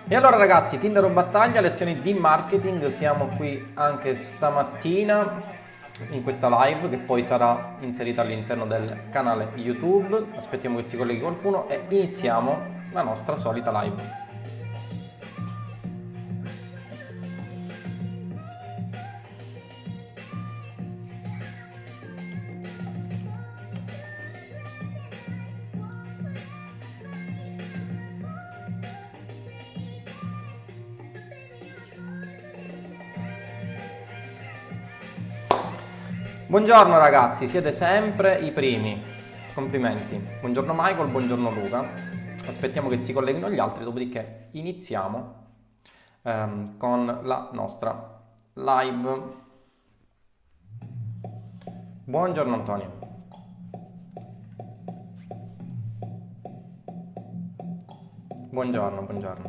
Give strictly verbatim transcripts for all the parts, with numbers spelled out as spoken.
E allora ragazzi, Tinder o battaglia, lezioni di marketing, siamo qui anche stamattina in questa live che poi sarà inserita all'interno del canale YouTube. Aspettiamo che si colleghi qualcuno e iniziamo la nostra solita live. Buongiorno ragazzi, siete sempre i primi, complimenti. Buongiorno Michael, buongiorno Luca. Aspettiamo che si colleghino gli altri, dopodiché iniziamo ehm, con la nostra live. Buongiorno Antonio. Buongiorno, buongiorno.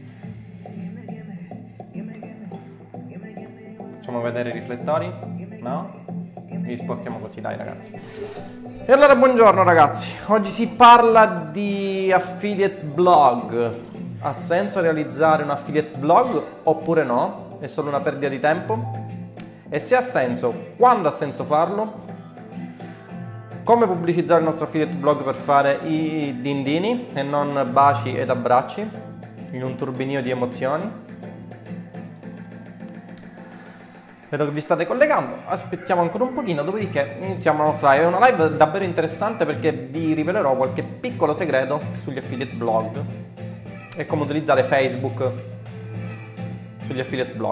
Facciamo vedere i riflettori? No? Li spostiamo così, dai ragazzi. E allora buongiorno ragazzi, oggi si parla di affiliate blog. Ha senso realizzare un affiliate blog oppure no? È solo una perdita di tempo? E se ha senso, quando ha senso farlo? Come pubblicizzare il nostro affiliate blog per fare i dindini e non baci ed abbracci in un turbinio di emozioni? Vedo che vi state collegando, aspettiamo ancora un pochino, dopodiché iniziamo la nostra live. È una live davvero interessante perché vi rivelerò qualche piccolo segreto sugli affiliate blog e come utilizzare Facebook sugli affiliate blog.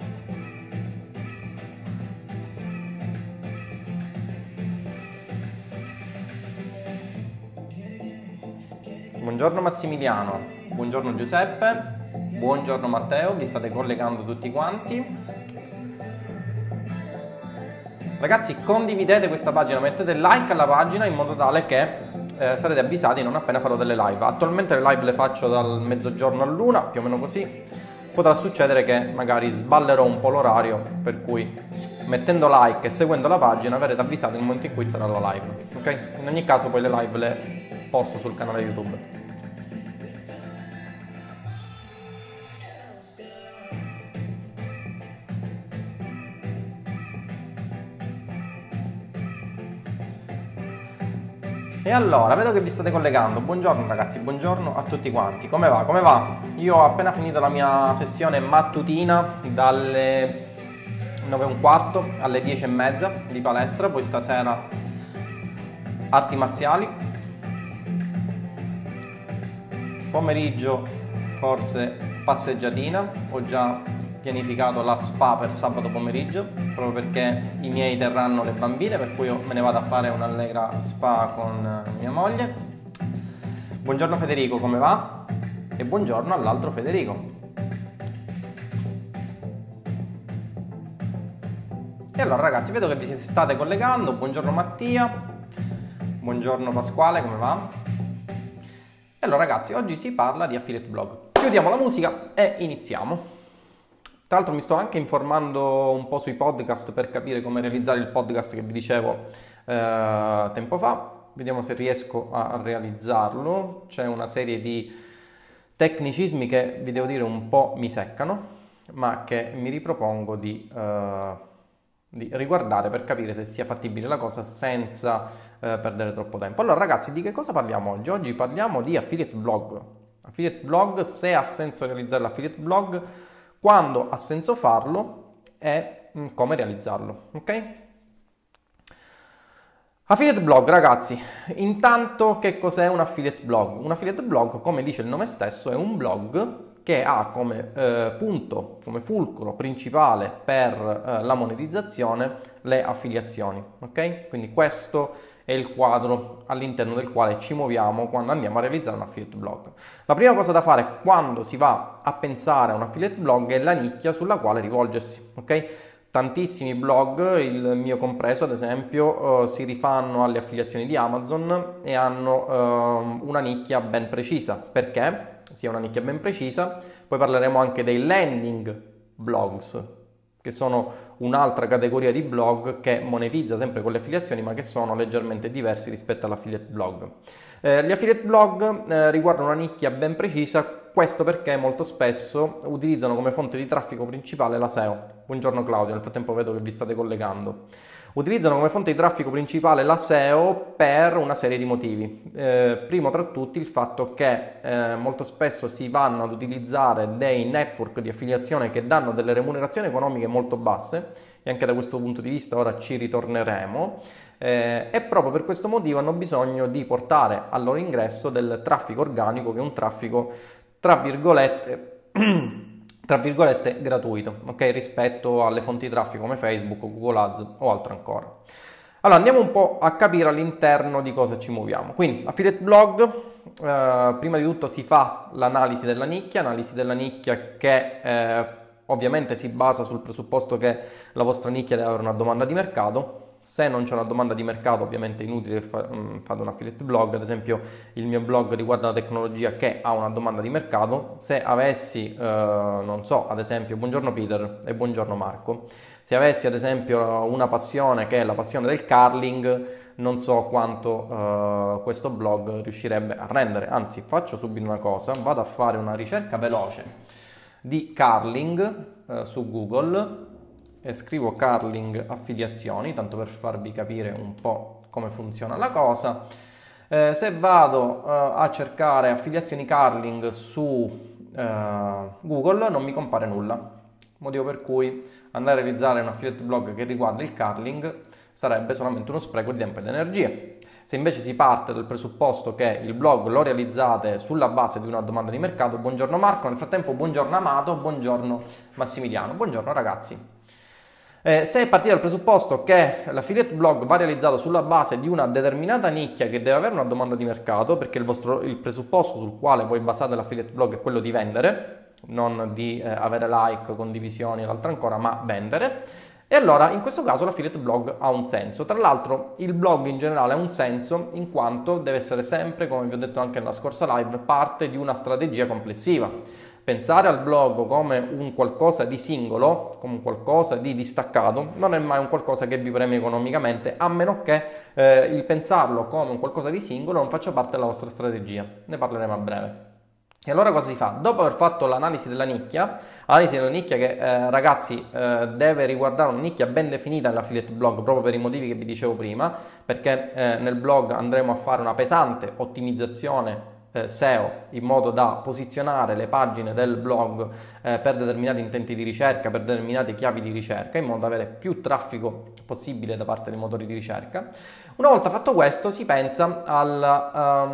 Buongiorno Massimiliano, buongiorno Giuseppe, buongiorno Matteo, vi state collegando tutti quanti. Ragazzi, condividete questa pagina, mettete like alla pagina in modo tale che eh, sarete avvisati non appena farò delle live. Attualmente le live le faccio dal mezzogiorno all'una, più o meno così. Potrà succedere che magari sballerò un po' l'orario, per cui mettendo like e seguendo la pagina verrete avvisati nel momento in cui sarà la live. Ok? In ogni caso poi le live le posto sul canale YouTube. E allora, vedo che vi state collegando. Buongiorno ragazzi, buongiorno a tutti quanti. Come va? Come va? Io ho appena finito la mia sessione mattutina dalle nove e un quarto alle dieci e mezza di palestra, poi stasera arti marziali. Pomeriggio forse passeggiatina, ho già pianificato la spa per sabato pomeriggio, proprio perché i miei terranno le bambine, per cui io me ne vado a fare un'allegra spa con mia moglie. Buongiorno Federico, come va? E buongiorno all'altro Federico. E allora ragazzi, vedo che vi state collegando. Buongiorno Mattia, buongiorno Pasquale, come va? E allora ragazzi, oggi si parla di affiliate blog. Chiudiamo la musica e iniziamo. Tra l'altro mi sto anche informando un po' sui podcast per capire come realizzare il podcast che vi dicevo eh, tempo fa. Vediamo se riesco a realizzarlo. C'è una serie di tecnicismi che vi devo dire un po' mi seccano, ma che mi ripropongo di, eh, di riguardare per capire se sia fattibile la cosa senza eh, perdere troppo tempo. Allora ragazzi, di che cosa parliamo oggi? Oggi parliamo di affiliate blog. Affiliate blog, se ha senso realizzare l'affiliate blog, quando ha senso farlo e come realizzarlo, ok? Affiliate blog, ragazzi, intanto che cos'è un affiliate blog? Un affiliate blog, come dice il nome stesso, è un blog che ha come eh, punto, come fulcro principale per eh, la monetizzazione le affiliazioni, ok? Quindi questo è il quadro all'interno del quale ci muoviamo quando andiamo a realizzare un affiliate blog. La prima cosa da fare quando si va a pensare a un affiliate blog è la nicchia sulla quale rivolgersi, ok? Tantissimi blog, il mio compreso ad esempio, eh, si rifanno alle affiliazioni di Amazon e hanno eh, una nicchia ben precisa. Perché? Sia una nicchia ben precisa. Poi parleremo anche dei landing blogs. che sono un'altra categoria di blog che monetizza sempre con le affiliazioni, ma che sono leggermente diversi rispetto all'affiliate blog. Eh, gli affiliate blog eh, riguardano una nicchia ben precisa, questo perché molto spesso utilizzano come fonte di traffico principale la S E O. Buongiorno Claudio, nel frattempo vedo che vi state collegando. Utilizzano come fonte di traffico principale la S E O per una serie di motivi. Eh, primo tra tutti il fatto che eh, molto spesso si vanno ad utilizzare dei network di affiliazione che danno delle remunerazioni economiche molto basse, e anche da questo punto di vista ora ci ritorneremo, eh, e proprio per questo motivo hanno bisogno di portare al loro ingresso del traffico organico, che è un traffico tra virgolette tra virgolette gratuito, ok? Rispetto alle fonti di traffico come Facebook, Google Ads o altro ancora. Allora andiamo un po' a capire all'interno di cosa ci muoviamo. Quindi affiliate blog, eh, prima di tutto si fa l'analisi della nicchia, analisi della nicchia che eh, ovviamente si basa sul presupposto che la vostra nicchia deve avere una domanda di mercato. Se non c'è una domanda di mercato, ovviamente è inutile che fa, fate un affiliate blog. Ad esempio il mio blog riguarda la tecnologia che ha una domanda di mercato. Se avessi, eh, non so, ad esempio, buongiorno Peter e buongiorno Marco, se avessi ad esempio una passione che è la passione del curling, non so quanto eh, questo blog riuscirebbe a rendere. Anzi, faccio subito una cosa, vado a fare una ricerca veloce di curling eh, su Google e scrivo curling affiliazioni, tanto per farvi capire un po' come funziona la cosa. Eh, se vado eh, a cercare affiliazioni curling su eh, Google non mi compare nulla, motivo per cui andare a realizzare un affiliate blog che riguarda il curling sarebbe solamente uno spreco di tempo ed energia. Se invece si parte dal presupposto che il blog lo realizzate sulla base di una domanda di mercato, buongiorno Marco, nel frattempo buongiorno Amato, buongiorno Massimiliano, buongiorno ragazzi. Eh, se partite dal presupposto che l'affiliate blog va realizzato sulla base di una determinata nicchia che deve avere una domanda di mercato, perché il, vostro, il presupposto sul quale voi basate l'affiliate blog è quello di vendere, non di eh, avere like, condivisioni e l'altro ancora, ma vendere, e allora in questo caso l'affiliate blog ha un senso. Tra l'altro il blog in generale ha un senso in quanto deve essere sempre, come vi ho detto anche nella scorsa live, parte di una strategia complessiva. Pensare al blog come un qualcosa di singolo, come un qualcosa di distaccato, non è mai un qualcosa che vi preme economicamente, a meno che eh, il pensarlo come un qualcosa di singolo non faccia parte della vostra strategia. Ne parleremo a breve. E allora cosa si fa? Dopo aver fatto l'analisi della nicchia, analisi della nicchia che eh, ragazzi eh, deve riguardare una nicchia ben definita nell'affiliate blog, proprio per i motivi che vi dicevo prima, perché eh, nel blog andremo a fare una pesante ottimizzazione S E O in modo da posizionare le pagine del blog eh, per determinati intenti di ricerca, per determinate chiavi di ricerca, in modo da avere più traffico possibile da parte dei motori di ricerca. Una volta fatto questo si pensa al,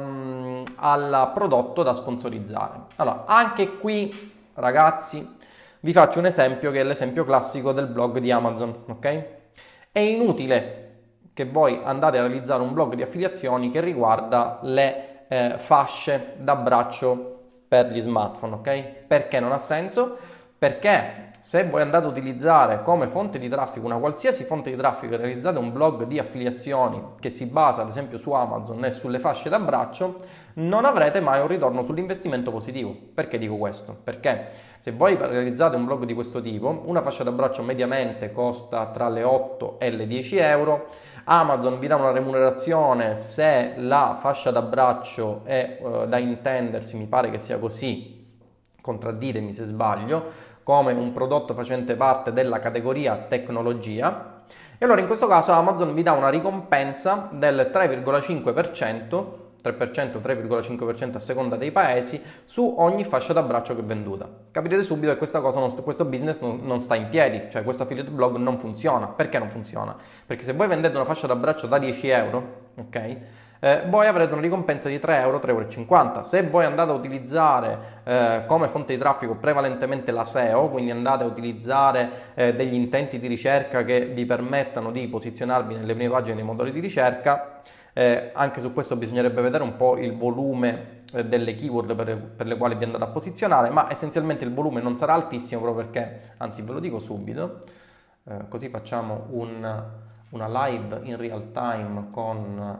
um, al prodotto da sponsorizzare. Allora, anche qui ragazzi vi faccio un esempio che è l'esempio classico del blog di Amazon, ok? È inutile che voi andate a realizzare un blog di affiliazioni che riguarda le Eh, fasce da braccio per gli smartphone, ok? Perché non ha senso? Perché se voi andate a utilizzare come fonte di traffico una qualsiasi fonte di traffico e realizzate un blog di affiliazioni che si basa ad esempio su Amazon e sulle fasce da braccio, non avrete mai un ritorno sull'investimento positivo. Perché dico questo? Perché se voi realizzate un blog di questo tipo, una fascia da braccio mediamente costa tra le otto e le dieci euro, Amazon vi dà una remunerazione se la fascia da braccio è uh, da intendersi, mi pare che sia così, contradditemi se sbaglio, come un prodotto facente parte della categoria tecnologia, e allora in questo caso Amazon vi dà una ricompensa del tre virgola cinque per cento, tre per cento, tre virgola cinque per cento a seconda dei paesi, su ogni fascia da braccio che è venduta. Capirete subito che questa cosa non sta, questo business non, non sta in piedi, cioè questo affiliate blog non funziona. Perché non funziona? Perché se voi vendete una fascia da braccio da dieci euro, ok? Eh, voi avrete una ricompensa di tre euro, tre euro e cinquanta. Se voi andate a utilizzare eh, come fonte di traffico prevalentemente la S E O, quindi andate a utilizzare eh, degli intenti di ricerca che vi permettano di posizionarvi nelle prime pagine dei motori di ricerca, Eh, anche su questo bisognerebbe vedere un po' il volume eh, delle keyword per, per le quali vi andate a posizionare, ma essenzialmente il volume non sarà altissimo proprio perché, anzi ve lo dico subito, eh, così facciamo un, una live in real time con,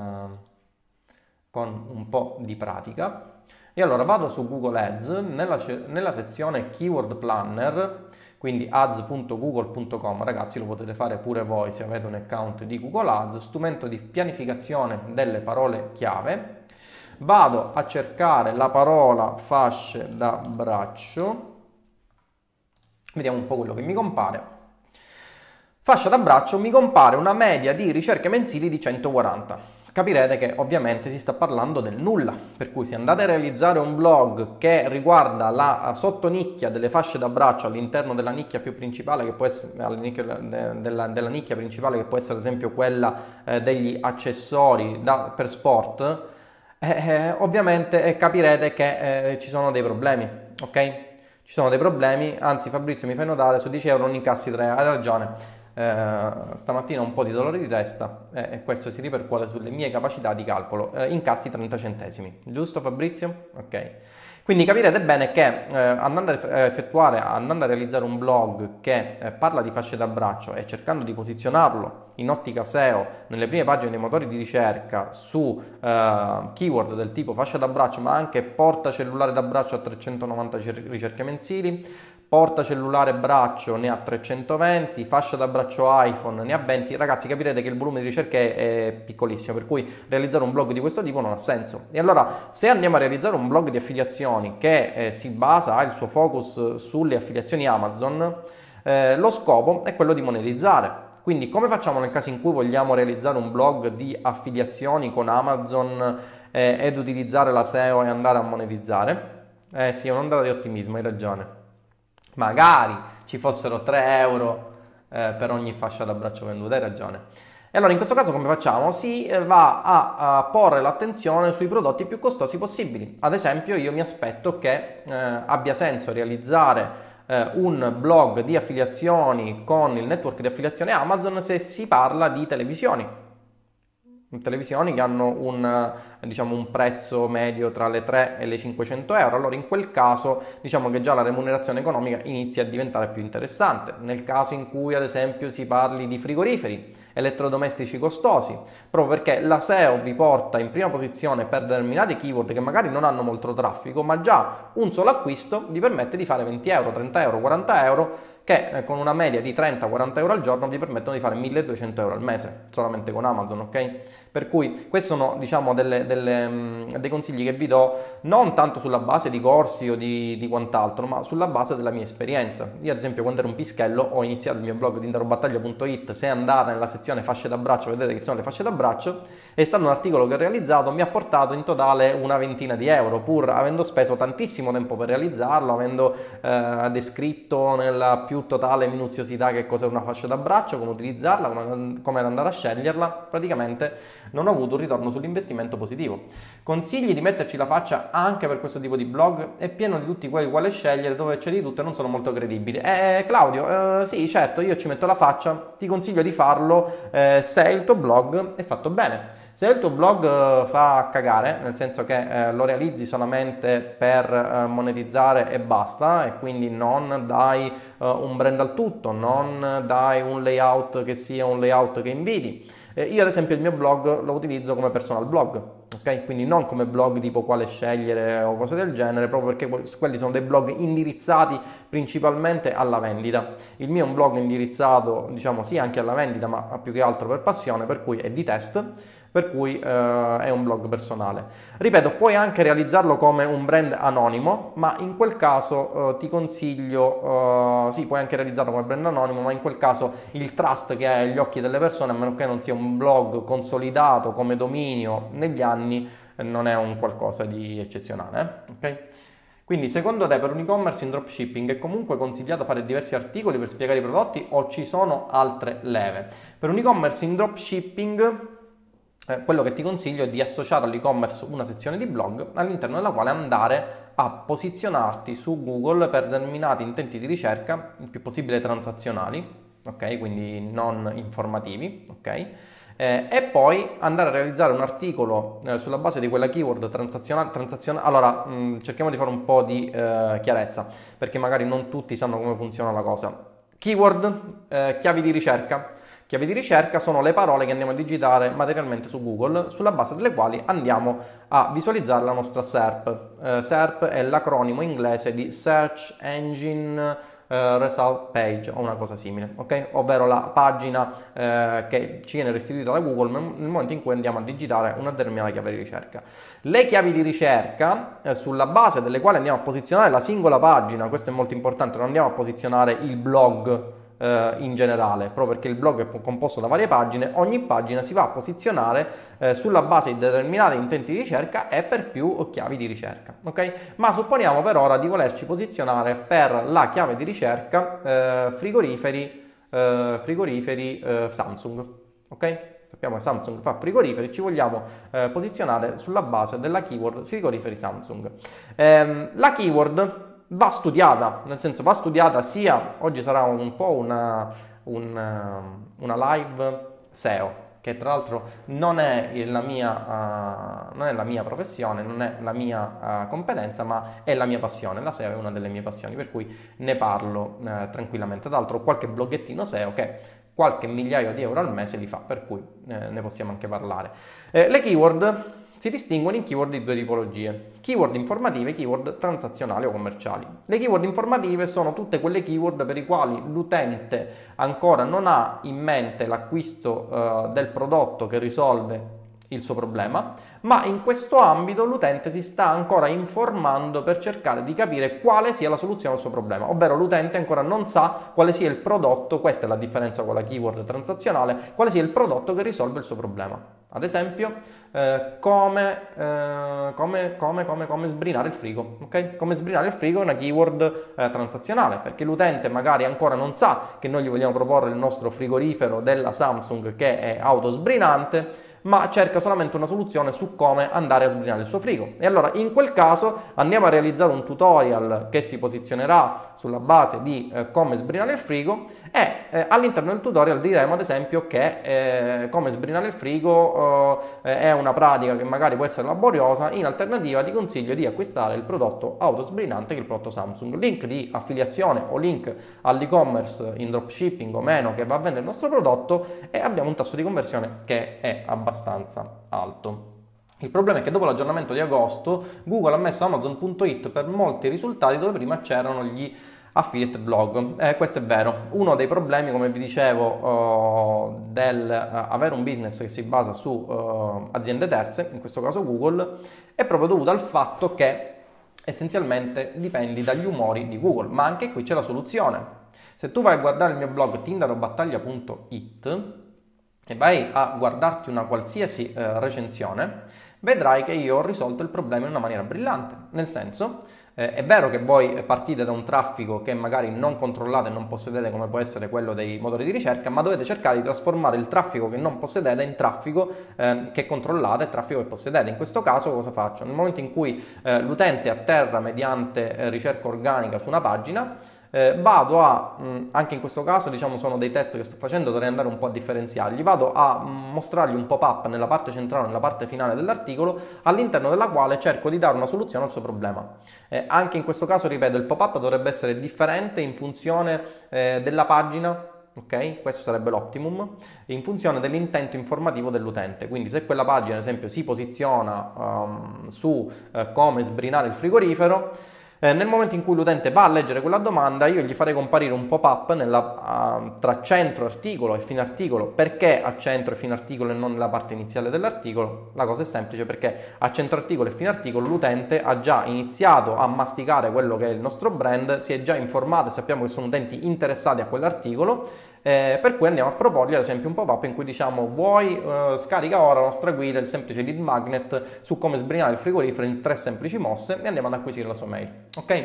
eh, con un po' di pratica. E allora vado su Google Ads, nella, nella sezione Keyword Planner quindi ads punto google punto com, ragazzi, lo potete fare pure voi se avete un account di Google Ads, strumento di pianificazione delle parole chiave. Vado a cercare la parola fasce da braccio, vediamo un po' quello che mi compare. Fascia da braccio mi compare una media di ricerche mensili di centoquaranta. Capirete che ovviamente si sta parlando del nulla, per cui se andate a realizzare un blog che riguarda la sottonicchia delle fasce da braccio all'interno della nicchia più principale, che può essere della, della nicchia principale, che può essere ad esempio quella eh, degli accessori da, per sport, eh, eh, ovviamente eh, capirete che eh, ci sono dei problemi, ok? Ci sono dei problemi, anzi Fabrizio mi fai notare, su dieci euro non incassi tre, hai ragione. Eh, stamattina un po' di dolore di testa eh, e questo si ripercuote sulle mie capacità di calcolo. Eh, incassi trenta centesimi, giusto Fabrizio? Ok. Quindi capirete bene che eh, andando a effettuare, andando a realizzare un blog che eh, parla di fasce da braccio e cercando di posizionarlo in ottica S E O nelle prime pagine dei motori di ricerca su eh, keyword del tipo fascia da braccio, ma anche porta cellulare da braccio a trecentonovanta ricerche mensili, porta cellulare braccio ne ha trecentoventi, fascia da braccio iPhone ne ha venti, ragazzi capirete che il volume di ricerche è piccolissimo, per cui realizzare un blog di questo tipo non ha senso. E allora se andiamo a realizzare un blog di affiliazioni che eh, si basa, ha il suo focus sulle affiliazioni Amazon, eh, lo scopo è quello di monetizzare. Quindi come facciamo nel caso in cui vogliamo realizzare un blog di affiliazioni con Amazon eh, ed utilizzare la S E O e andare a monetizzare? Eh sì, è un'ondata di ottimismo, hai ragione. Magari ci fossero tre euro eh, per ogni fascia da braccio venduta, hai ragione. E allora in questo caso come facciamo? Si eh, va a, a porre l'attenzione sui prodotti più costosi possibili. Ad esempio io mi aspetto che eh, abbia senso realizzare eh, un blog di affiliazioni con il network di affiliazione Amazon se si parla di televisioni. Televisioni che hanno un, diciamo, un prezzo medio tra le tre e le cinquecento euro, allora in quel caso diciamo che già la remunerazione economica inizia a diventare più interessante. Nel caso in cui ad esempio si parli di frigoriferi, elettrodomestici costosi, proprio perché la S E O vi porta in prima posizione per determinati keyword che magari non hanno molto traffico, ma già un solo acquisto vi permette di fare venti euro, trenta euro, quaranta euro, che eh, con una media di trenta quaranta euro al giorno vi permettono di fare milleduecento euro al mese, solamente con Amazon, ok? Per cui questi sono, diciamo, delle, delle, mh, dei consigli che vi do non tanto sulla base di corsi o di, di quant'altro, ma sulla base della mia esperienza. Io ad esempio quando ero un pischello ho iniziato il mio blog di interobattaglia punto it, se andate nella sezione fasce da braccio vedete che ci sono le fasce da braccio, è stato un articolo che ho realizzato, mi ha portato in totale una ventina di euro, pur avendo speso tantissimo tempo per realizzarlo, avendo eh, descritto nella più totale minuziosità che cos'è una fascia da braccio, come utilizzarla, come, come andare a sceglierla. Praticamente non ho avuto un ritorno sull'investimento positivo. Consigli di metterci la faccia anche per questo tipo di blog? È pieno di tutti quelli quali scegliere, dove c'è di tutto e non sono molto credibili. Eh Claudio, eh, sì certo, io ci metto la faccia, ti consiglio di farlo eh, se il tuo blog è fatto bene. Se il tuo blog uh, fa cagare, nel senso che uh, lo realizzi solamente per uh, monetizzare e basta, e quindi non dai uh, un brand al tutto, non dai un layout che sia un layout che invidi. Eh, io ad esempio il mio blog lo utilizzo come personal blog, ok? Quindi non come blog tipo quale scegliere o cose del genere, proprio perché quelli sono dei blog indirizzati principalmente alla vendita. Il mio è un blog indirizzato, diciamo, sì anche alla vendita, ma più che altro per passione, per cui è di test, per cui eh, è un blog personale. Ripeto, puoi anche realizzarlo come un brand anonimo, ma in quel caso eh, ti consiglio, eh, sì, puoi anche realizzarlo come brand anonimo, ma in quel caso il trust che hai agli occhi delle persone, a meno che non sia un blog consolidato come dominio negli anni, eh, non è un qualcosa di eccezionale, eh? Ok? Quindi secondo te per un e-commerce in dropshipping è comunque consigliato fare diversi articoli per spiegare i prodotti o ci sono altre leve? Per un e-commerce in dropshipping Eh, quello che ti consiglio è di associare all'e-commerce una sezione di blog all'interno della quale andare a posizionarti su Google per determinati intenti di ricerca, il più possibile transazionali, ok? Quindi non informativi, ok? Eh, e poi andare a realizzare un articolo eh, sulla base di quella keyword transazionale. transazionale. Allora, mh, cerchiamo di fare un po' di eh, chiarezza, perché magari non tutti sanno come funziona la cosa. Keyword, eh, chiavi di ricerca. Chiavi di ricerca sono le parole che andiamo a digitare materialmente su Google, sulla base delle quali andiamo a visualizzare la nostra S E R P. Eh, S E R P è l'acronimo inglese di Search Engine eh, result page o una cosa simile, ok? Ovvero la pagina eh, che ci viene restituita da Google nel momento in cui andiamo a digitare una determinata chiave di ricerca. Le chiavi di ricerca eh, sulla base delle quali andiamo a posizionare la singola pagina, questo è molto importante, non andiamo a posizionare il blog eh, in generale, proprio perché il blog è composto da varie pagine, ogni pagina si va a posizionare eh, sulla base di determinati intenti di ricerca e per più chiavi di ricerca, ok? Ma supponiamo per ora di volerci posizionare per la chiave di ricerca eh, frigoriferi, eh, frigoriferi eh, Samsung, ok? Sappiamo che Samsung fa frigoriferi, ci vogliamo eh, posizionare sulla base della keyword frigoriferi Samsung. Ehm, la keyword va studiata, nel senso va studiata sia, oggi sarà un po' una, una, una live S E O, che tra l'altro non è la mia, uh, non è la mia professione, non è la mia uh, competenza, ma è la mia passione. La S E O è una delle mie passioni, per cui ne parlo uh, tranquillamente. Tra l'altro ho qualche bloggettino S E O che qualche migliaio di euro al mese li fa, per cui eh, ne possiamo anche parlare. Eh, le keyword si distinguono in keyword di due tipologie: keyword informative e keyword transazionali o commerciali. Le keyword informative sono tutte quelle keyword per i quali l'utente ancora non ha in mente l'acquisto eh, del prodotto che risolve il suo problema, ma in questo ambito l'utente si sta ancora informando per cercare di capire quale sia la soluzione al suo problema, ovvero l'utente ancora non sa quale sia il prodotto, questa è la differenza con la keyword transazionale, quale sia il prodotto che risolve il suo problema. Ad esempio, eh, come, eh, come, come, come, come sbrinare il frigo, ok? Come sbrinare il frigo è una keyword eh, transazionale, perché l'utente magari ancora non sa che noi gli vogliamo proporre il nostro frigorifero della Samsung che è autosbrinante, ma cerca solamente una soluzione su come andare a sbrinare il suo frigo. E allora in quel caso andiamo a realizzare un tutorial che si posizionerà sulla base di eh, come sbrinare il frigo e eh, all'interno del tutorial diremo ad esempio che eh, come sbrinare il frigo eh, è una pratica che magari può essere laboriosa, in alternativa ti consiglio di acquistare il prodotto autosbrinante che è il prodotto Samsung. Link di affiliazione o link all'e-commerce in dropshipping o meno che va a vendere il nostro prodotto e abbiamo un tasso di conversione che è abbastanza alto. Il problema è che dopo l'aggiornamento di agosto Google ha messo Amazon punto it per molti risultati dove prima c'erano gli affiliate blog. Eh, questo è vero. Uno dei problemi, come vi dicevo, uh, del uh, avere un business che si basa su uh, aziende terze, in questo caso Google, è proprio dovuto al fatto che essenzialmente dipendi dagli umori di Google, ma anche qui c'è la soluzione. Se tu vai a guardare il mio blog tindarobattaglia punto it e vai a guardarti una qualsiasi uh, recensione, vedrai che io ho risolto il problema in una maniera brillante, nel senso eh, è vero che voi partite da un traffico che magari non controllate e non possedete come può essere quello dei motori di ricerca, ma dovete cercare di trasformare il traffico che non possedete in traffico eh, che controllate e traffico che possedete. In questo caso cosa faccio? Nel momento in cui eh, l'utente atterra mediante eh, ricerca organica su una pagina, Eh, vado a, mh, anche in questo caso diciamo sono dei test che sto facendo, dovrei andare un po' a differenziarli, vado a mh, mostrargli un pop-up nella parte centrale, nella parte finale dell'articolo, all'interno della quale cerco di dare una soluzione al suo problema. Eh, anche in questo caso, ripeto, il pop-up dovrebbe essere differente in funzione eh, della pagina, ok? Questo sarebbe l'optimum, in funzione dell'intento informativo dell'utente. Quindi se quella pagina ad esempio si posiziona um, su uh, come sbrinare il frigorifero, Eh, nel momento in cui l'utente va a leggere quella domanda, io gli farei comparire un pop-up nella, uh, tra centro articolo e fine articolo. Perché a centro e fine articolo e non nella parte iniziale dell'articolo? La cosa è semplice, perché a centro articolo e fine articolo l'utente ha già iniziato a masticare quello che è il nostro brand, si è già informato e sappiamo che sono utenti interessati a quell'articolo. Eh, per cui andiamo a proporgli ad esempio un pop-up in cui diciamo: vuoi uh, scarica ora la nostra guida, il semplice lead magnet su come sbrinare il frigorifero in tre semplici mosse, e andiamo ad acquisire la sua mail, ok?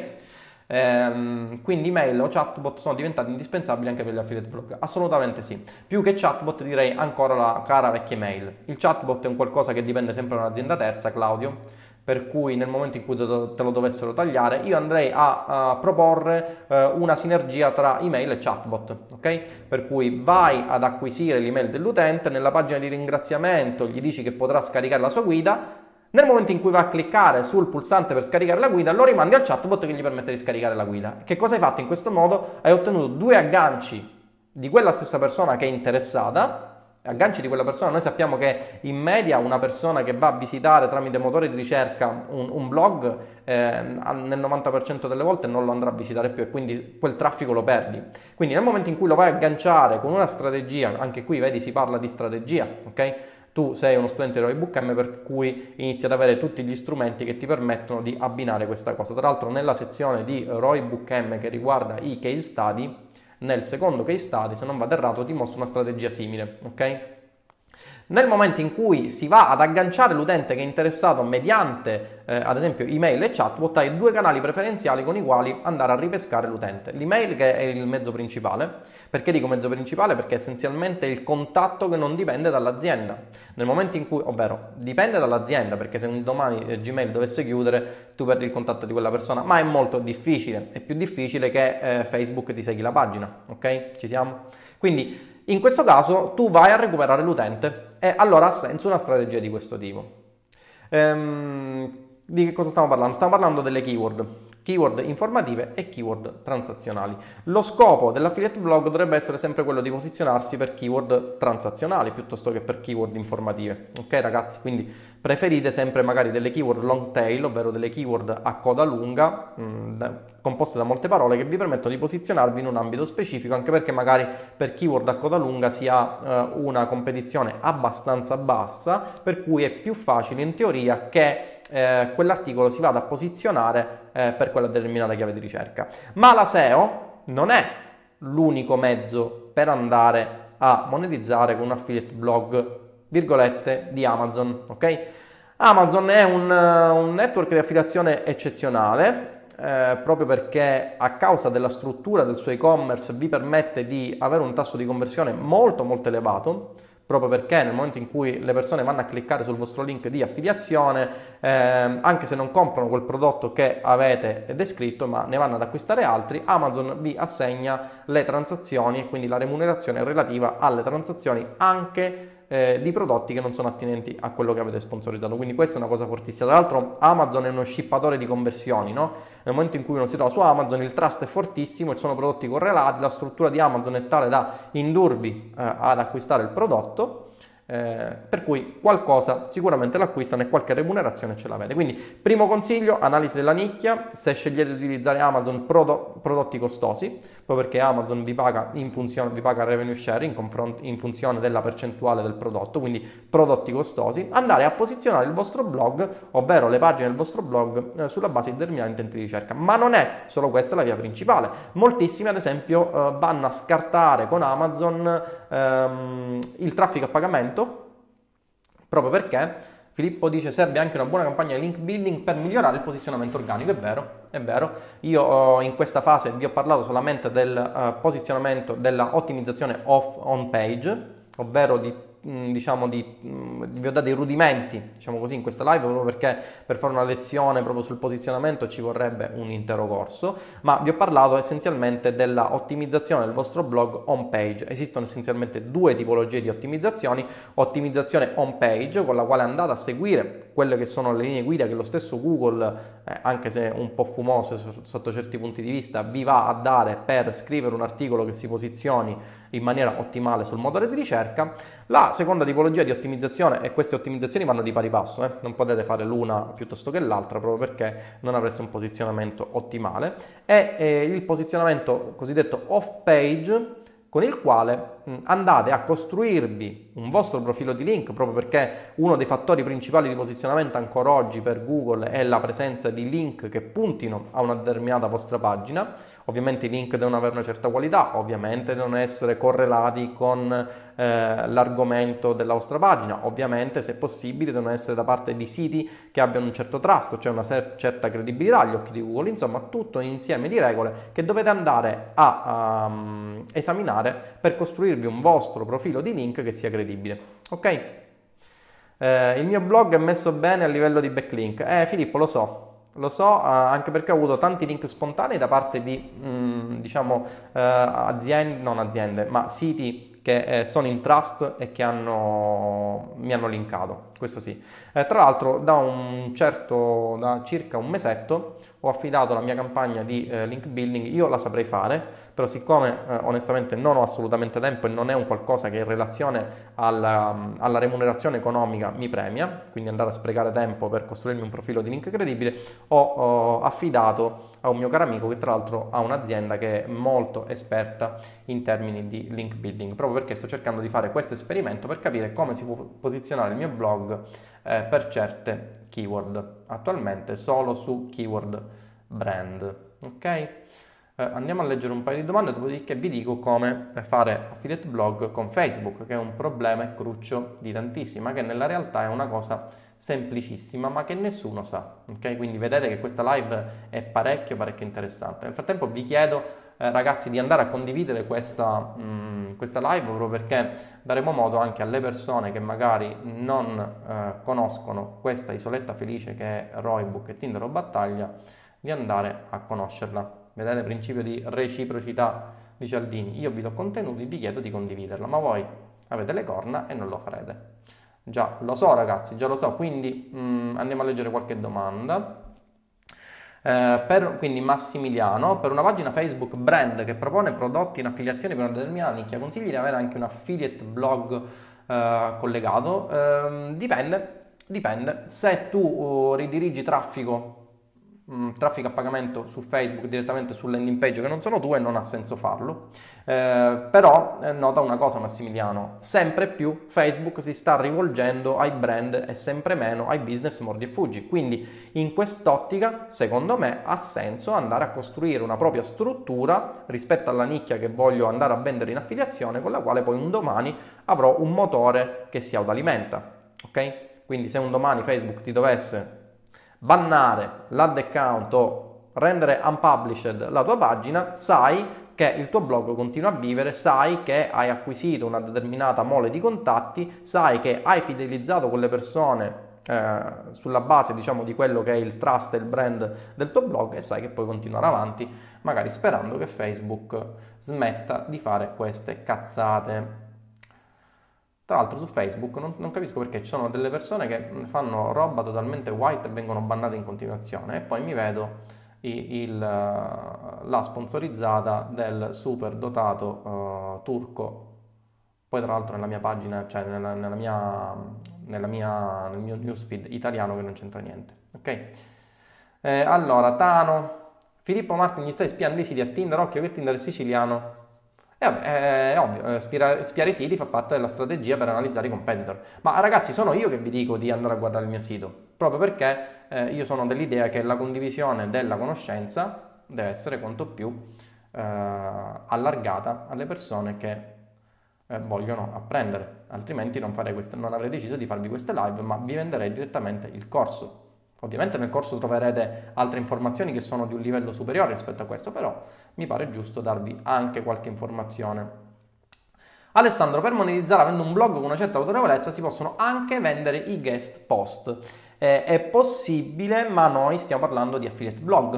Ehm, quindi email o chatbot sono diventati indispensabili anche per gli affiliate blog? Assolutamente sì. Più che chatbot direi ancora la cara vecchia email. Il chatbot è un qualcosa che dipende sempre da un'azienda terza, Claudio, per cui nel momento in cui te lo dovessero tagliare io andrei a, a proporre eh, una sinergia tra email e chatbot, ok? Per cui vai ad acquisire l'email dell'utente, nella pagina di ringraziamento gli dici che potrà scaricare la sua guida, nel momento in cui va a cliccare sul pulsante per scaricare la guida lo rimandi al chatbot che gli permette di scaricare la guida. Che cosa hai fatto in questo modo? Hai ottenuto due agganci di quella stessa persona che è interessata, agganci di quella persona. Noi sappiamo che in media una persona che va a visitare tramite motore di ricerca un, un blog eh, nel novanta per cento delle volte non lo andrà a visitare più e quindi quel traffico lo perdi. Quindi nel momento in cui lo vai a agganciare con una strategia, anche qui vedi si parla di strategia, ok? Tu sei uno studente di R O I Book M, per cui inizi ad avere tutti gli strumenti che ti permettono di abbinare questa cosa. Tra l'altro nella sezione di R O I Book M che riguarda i case study, nel secondo case study, se non vado errato, ti mostro una strategia simile, ok? Nel momento in cui si va ad agganciare l'utente che è interessato mediante, eh, ad esempio, email e chatbot, hai due canali preferenziali con i quali andare a ripescare l'utente. L'email, che è il mezzo principale. Perché dico mezzo principale? Perché essenzialmente è il contatto che non dipende dall'azienda. Nel momento in cui, ovvero, dipende dall'azienda, perché se un domani eh, Gmail dovesse chiudere, tu perdi il contatto di quella persona, ma è molto difficile. È più difficile che eh, Facebook ti segui la pagina, ok? Ci siamo? Quindi, in questo caso tu vai a recuperare l'utente e allora ha senso una strategia di questo tipo. Ehm, di che cosa stiamo parlando? Stiamo parlando delle keyword, keyword informative e keyword transazionali. Lo scopo dell'affiliate blog dovrebbe essere sempre quello di posizionarsi per keyword transazionali piuttosto che per keyword informative. Ok ragazzi? Quindi preferite sempre magari delle keyword long tail, ovvero delle keyword a coda lunga, mh, da, composte da molte parole, che vi permettono di posizionarvi in un ambito specifico, anche perché magari per keyword a coda lunga si ha eh, una competizione abbastanza bassa, per cui è più facile in teoria che eh, quell'articolo si vada a posizionare eh, per quella determinata chiave di ricerca. Ma la S E O non è l'unico mezzo per andare a monetizzare con un affiliate blog virgolette di Amazon, ok? Amazon è un, un network di affiliazione eccezionale, eh, proprio perché a causa della struttura del suo e-commerce vi permette di avere un tasso di conversione molto molto elevato, proprio perché nel momento in cui le persone vanno a cliccare sul vostro link di affiliazione, eh, anche se non comprano quel prodotto che avete descritto, ma ne vanno ad acquistare altri, Amazon vi assegna le transazioni e quindi la remunerazione relativa alle transazioni anche eh, di prodotti che non sono attinenti a quello che avete sponsorizzato. Quindi questa è una cosa fortissima. Tra l'altro Amazon è uno scippatore di conversioni, no? Nel momento in cui uno si trova su Amazon il trust è fortissimo, ci sono prodotti correlati, la struttura di Amazon è tale da indurvi eh, ad acquistare il prodotto, eh, per cui qualcosa sicuramente l'acquistano e qualche remunerazione ce l'avete. Quindi primo consiglio, analisi della nicchia. Se scegliete di utilizzare Amazon, prodo- prodotti costosi, proprio perché Amazon vi paga in funzione, vi paga revenue share in, confront- in funzione della percentuale del prodotto, quindi prodotti costosi. Andare a posizionare il vostro blog, ovvero le pagine del vostro blog, eh, sulla base di determinati intenti di ricerca. Ma non è solo questa la via principale. Moltissimi ad esempio eh, vanno a scartare con Amazon ehm, il traffico a pagamento, proprio perché Filippo dice serve anche una buona campagna di link building per migliorare il posizionamento organico. È vero, è vero. Io uh, in questa fase vi ho parlato solamente del uh, posizionamento, della ottimizzazione off on page, ovvero di diciamo di vi ho dato dei rudimenti, diciamo così, in questa live, proprio perché per fare una lezione proprio sul posizionamento ci vorrebbe un intero corso, ma vi ho parlato essenzialmente della ottimizzazione del vostro blog home page. Esistono essenzialmente due tipologie di ottimizzazioni: ottimizzazione home page, con la quale andate a seguire quelle che sono le linee guida che lo stesso Google, eh, anche se un po' fumose sotto certi punti di vista, vi va a dare per scrivere un articolo che si posizioni in maniera ottimale sul motore di ricerca. La seconda tipologia di ottimizzazione, e queste ottimizzazioni vanno di pari passo, eh? non potete fare l'una piuttosto che l'altra proprio perché non avreste un posizionamento ottimale, è eh, il posizionamento cosiddetto off page, con il quale mh, andate a costruirvi un vostro profilo di link, proprio perché uno dei fattori principali di posizionamento ancora oggi per Google è la presenza di link che puntino a una determinata vostra pagina. Ovviamente i link devono avere una certa qualità, ovviamente devono essere correlati con eh, l'argomento della vostra pagina, ovviamente se possibile devono essere da parte di siti che abbiano un certo trust, cioè una certa credibilità agli occhi di Google. Insomma, tutto un insieme di regole che dovete andare a, a um, esaminare per costruirvi un vostro profilo di link che sia credibile. Ok? Eh, il mio blog è messo bene a livello di backlink. Eh Filippo, lo so. Lo so, eh, anche perché ho avuto tanti link spontanei da parte di, mh, diciamo, eh, aziende, non aziende, ma siti che eh, sono in trust e che hanno, mi hanno linkato. questo sì. Eh, tra l'altro da un certo, da circa un mesetto ho affidato la mia campagna di eh, link building. Io la saprei fare, però siccome eh, onestamente non ho assolutamente tempo e non è un qualcosa che in relazione alla, alla remunerazione economica mi premia, quindi andare a sprecare tempo per costruirmi un profilo di link credibile, ho, ho affidato a un mio caro amico che tra l'altro ha un'azienda che è molto esperta in termini di link building, proprio perché sto cercando di fare questo esperimento per capire come si può posizionare il mio blog eh, per certe keyword, attualmente solo su keyword brand. Ok? Eh, andiamo a leggere un paio di domande, dopodiché vi dico come fare affiliate blog con Facebook, che è un problema e cruccio di tantissimi, ma che nella realtà è una cosa semplicissima, ma che nessuno sa. Ok? Quindi vedete che questa live è parecchio parecchio interessante. Nel frattempo vi chiedo Eh, ragazzi di andare a condividere questa, mh, questa live, proprio perché daremo modo anche alle persone che magari non eh, conoscono questa isoletta felice che è Roybook e Tinder o Battaglia, di andare a conoscerla. Vedete il principio di reciprocità di Cialdini: io vi do contenuti, vi chiedo di condividerla, ma voi avete le corna e non lo farete. Già lo so ragazzi, già lo so, quindi mh, andiamo a leggere qualche domanda. Eh, per, quindi Massimiliano, per una pagina Facebook brand che propone prodotti in affiliazione per una determinata nicchia, consigli di avere anche un affiliate blog eh, collegato? Eh, dipende, dipende. Se tu uh, ridirigi traffico, mh, traffico a pagamento su Facebook direttamente sul landing page che non sono tue, non ha senso farlo. Eh, però eh, nota una cosa Massimiliano, sempre più Facebook si sta rivolgendo ai brand e sempre meno ai business mordi e fuggi, quindi in quest'ottica secondo me ha senso andare a costruire una propria struttura rispetto alla nicchia che voglio andare a vendere in affiliazione, con la quale poi un domani avrò un motore che si autoalimenta, ok? Quindi se un domani Facebook ti dovesse bannare l'ad account o rendere unpublished la tua pagina, sai che il tuo blog continua a vivere, sai che hai acquisito una determinata mole di contatti, sai che hai fidelizzato quelle persone eh, sulla base, diciamo, di quello che è il trust e il brand del tuo blog, e sai che puoi continuare avanti, magari sperando che Facebook smetta di fare queste cazzate. Tra l'altro su Facebook non, non capisco perché ci sono delle persone che fanno roba totalmente white e vengono bannate in continuazione, e poi mi vedo il, la sponsorizzata del super dotato uh, turco, poi tra l'altro nella mia pagina, cioè nella, nella mia, nella mia, nel mio newsfeed italiano, che non c'entra niente, ok? Eh, allora, Tano, Filippo Martin, gli stai spiando i siti a Tinder? Occhio che Tinder è siciliano. E vabbè, è ovvio, spiare, spiare i siti fa parte della strategia per analizzare i competitor. Ma ragazzi, sono io che vi dico di andare a guardare il mio sito, proprio perché eh, io sono dell'idea che la condivisione della conoscenza deve essere quanto più eh, allargata alle persone che eh, vogliono apprendere, altrimenti non, farei queste, non avrei deciso di farvi queste live, ma vi venderei direttamente il corso. Ovviamente nel corso troverete altre informazioni che sono di un livello superiore rispetto a questo, però mi pare giusto darvi anche qualche informazione. Alessandro, per monetizzare avendo un blog con una certa autorevolezza si possono anche vendere i guest post. Eh, è possibile, ma noi stiamo parlando di affiliate blog,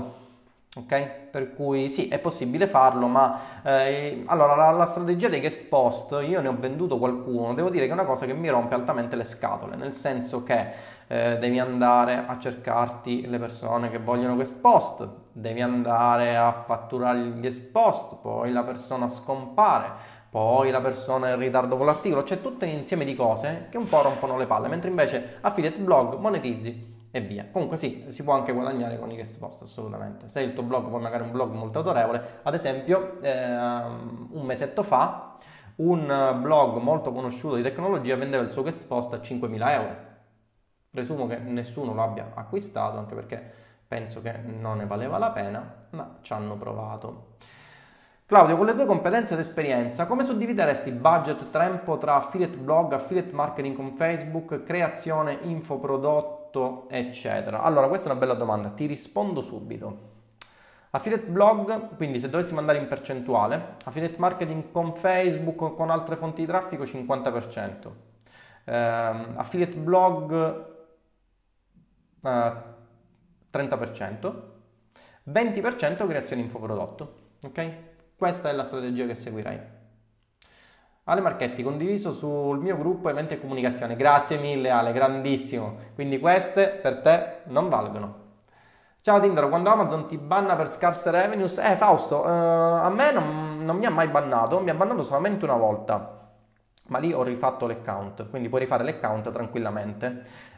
ok? Per cui sì, è possibile farlo, ma eh, allora la, la strategia dei guest post, io ne ho venduto qualcuno, devo dire che è una cosa che mi rompe altamente le scatole, nel senso che eh, devi andare a cercarti le persone che vogliono guest post, devi andare a fatturare il guest post, poi la persona scompare, poi la persona è in ritardo con l'articolo, c'è tutto un insieme di cose che un po' rompono le palle, mentre invece affiliate blog monetizzi e via. Comunque sì, si può anche guadagnare con i guest post, assolutamente. Se il tuo blog, poi magari un blog molto autorevole, ad esempio ehm, un mesetto fa un blog molto conosciuto di tecnologia vendeva il suo guest post a cinquemila euro. Presumo che nessuno lo abbia acquistato, anche perché penso che non ne valeva la pena, ma ci hanno provato. Claudio, con le tue competenze ed esperienza, come suddivideresti budget tempo tra affiliate blog, affiliate marketing con Facebook, creazione infoprodotto, eccetera? Allora, questa è una bella domanda, ti rispondo subito. Affiliate blog, quindi se dovessimo andare in percentuale, affiliate marketing con Facebook o con altre fonti di traffico cinquanta per cento, eh, affiliate blog eh, trenta per cento, venti per cento creazione infoprodotto, ok? Questa è la strategia che seguirei. Ale Marchetti, condiviso sul mio gruppo eventi e comunicazione. Grazie mille Ale, grandissimo. Quindi queste per te non valgono. Ciao Tindaro, quando Amazon ti banna per scarse revenues, eh Fausto, eh, a me non, non mi ha mai bannato, mi ha bannato solamente una volta, ma lì ho rifatto l'account, quindi puoi rifare l'account tranquillamente.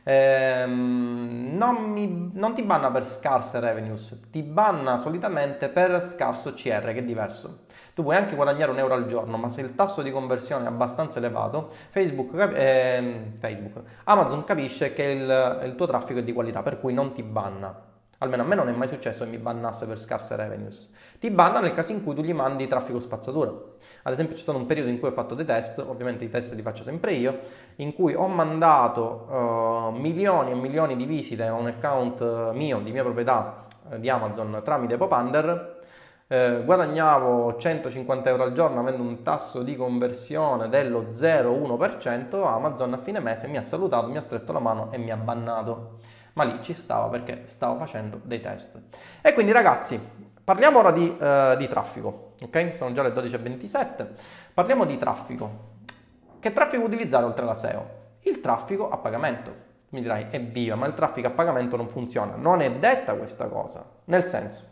Ehm, non, mi, non ti banna per scarse revenues, ti banna solitamente per scarso C R, che è diverso. Tu puoi anche guadagnare un euro al giorno, ma se il tasso di conversione è abbastanza elevato, Facebook, eh, Facebook Amazon capisce che il, il tuo traffico è di qualità, per cui non ti banna. Almeno a me non è mai successo che mi bannasse per scarse revenues. Ti banna nel caso in cui tu gli mandi traffico spazzatura. Ad esempio c'è stato un periodo in cui ho fatto dei test, ovviamente i test li faccio sempre io, in cui ho mandato uh, milioni e milioni di visite a un account mio, di mia proprietà, uh, di Amazon tramite Popunder. Eh, guadagnavo centocinquanta euro al giorno avendo un tasso di conversione dello zero virgola uno per cento. Amazon a fine mese mi ha salutato, mi ha stretto la mano e mi ha bannato. Ma lì ci stava perché stavo facendo dei test. E quindi ragazzi, parliamo ora di, eh, di traffico, ok? Sono già le dodici e ventisette. Parliamo di traffico. Che traffico utilizzare oltre alla S E O? Il traffico a pagamento. Mi dirai, evviva, ma il traffico a pagamento non funziona. Non è detta questa cosa, nel senso.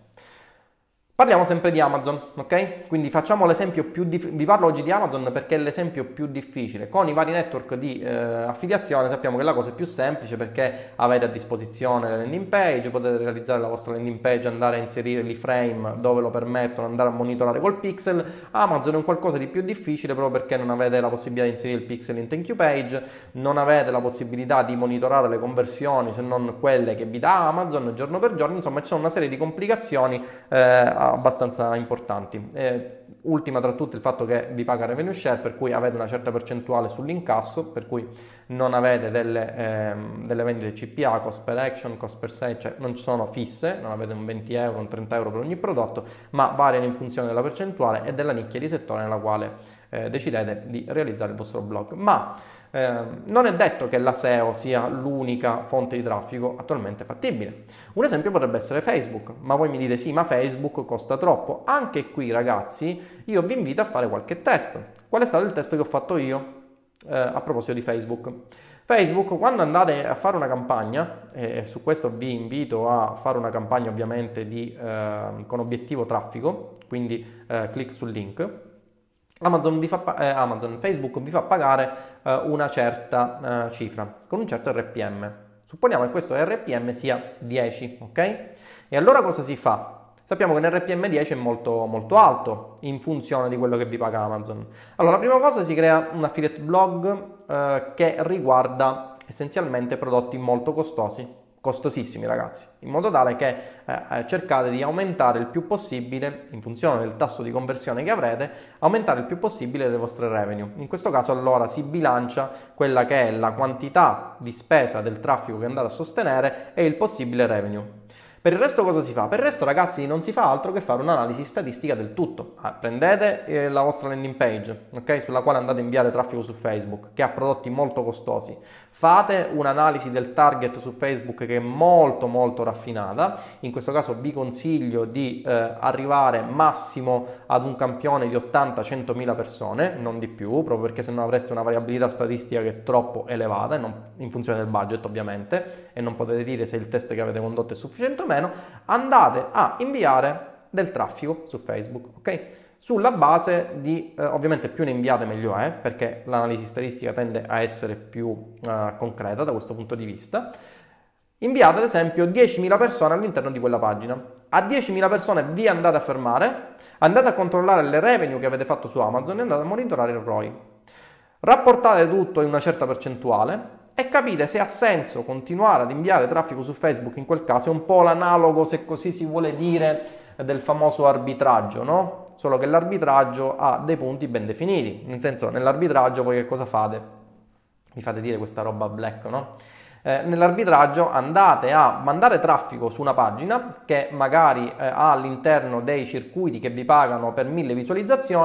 Parliamo sempre di Amazon, ok? Quindi facciamo l'esempio più difficile, vi parlo oggi di Amazon perché è l'esempio più difficile. Con i vari network di eh, affiliazione sappiamo che la cosa è più semplice perché avete a disposizione la landing page, potete realizzare la vostra landing page, andare a inserire l'iframe dove lo permettono, andare a monitorare col pixel. Amazon è un qualcosa di più difficile proprio perché non avete la possibilità di inserire il pixel in thank you page, non avete la possibilità di monitorare le conversioni se non quelle che vi dà Amazon giorno per giorno, insomma ci sono una serie di complicazioni eh, abbastanza importanti. Eh, ultima tra tutte il fatto che vi paga revenue share, per cui avete una certa percentuale sull'incasso, per cui non avete delle, ehm, delle vendite C P A, cost per action, cost per sale, cioè non ci sono fisse, non avete un venti euro, un trenta euro per ogni prodotto, ma variano in funzione della percentuale e della nicchia di settore nella quale eh, decidete di realizzare il vostro blog. Ma Eh, non è detto che la S E O sia l'unica fonte di traffico attualmente fattibile. Un esempio potrebbe essere Facebook, ma voi mi dite sì, ma Facebook costa troppo. Anche qui ragazzi io vi invito a fare qualche test. Qual è stato il test che ho fatto io eh, a proposito di Facebook? Facebook, quando andate a fare una campagna, e su questo vi invito a fare una campagna ovviamente di, eh, con obiettivo traffico, quindi eh, clic sul link, Amazon vi fa, eh, Amazon, Facebook vi fa pagare eh, una certa eh, cifra con un certo R P M. Supponiamo che questo R P M sia dieci, ok? E allora cosa si fa? Sappiamo che un R P M dieci è molto, molto alto in funzione di quello che vi paga Amazon. Allora, la prima cosa si crea un affiliate blog eh, che riguarda essenzialmente prodotti molto costosi, costosissimi ragazzi, in modo tale che eh, cercate di aumentare il più possibile, in funzione del tasso di conversione che avrete, aumentare il più possibile le vostre revenue. In questo caso allora si bilancia quella che è la quantità di spesa del traffico che andate a sostenere e il possibile revenue. Per il resto cosa si fa? Per il resto ragazzi non si fa altro che fare un'analisi statistica del tutto. Ah, prendete eh, la vostra landing page, okay, sulla quale andate a inviare traffico su Facebook, che ha prodotti molto costosi. Fate un'analisi del target su Facebook che è molto molto raffinata. In questo caso vi consiglio di eh, arrivare massimo ad un campione di ottanta centomila persone, non di più, proprio perché sennò avreste una variabilità statistica che è troppo elevata, non, in funzione del budget ovviamente, e non potete dire se il test che avete condotto è sufficiente o meno. Andate a inviare del traffico su Facebook, ok? Sulla base di, eh, ovviamente più ne inviate meglio è, perché l'analisi statistica tende a essere più eh, concreta da questo punto di vista. Inviate ad esempio diecimila persone all'interno di quella pagina. A diecimila persone vi andate a fermare, andate a controllare le revenue che avete fatto su Amazon e andate a monitorare il R O I. Rapportate tutto in una certa percentuale e capite se ha senso continuare ad inviare traffico su Facebook. In quel caso è un po' l'analogo, se così si vuole dire, del famoso arbitraggio, no? Solo che l'arbitraggio ha dei punti ben definiti, nel senso, nell'arbitraggio voi che cosa fate? Mi fate dire questa roba black, no? Eh, nell'arbitraggio andate a mandare traffico su una pagina che magari eh, ha all'interno dei circuiti che vi pagano per mille visualizzazioni.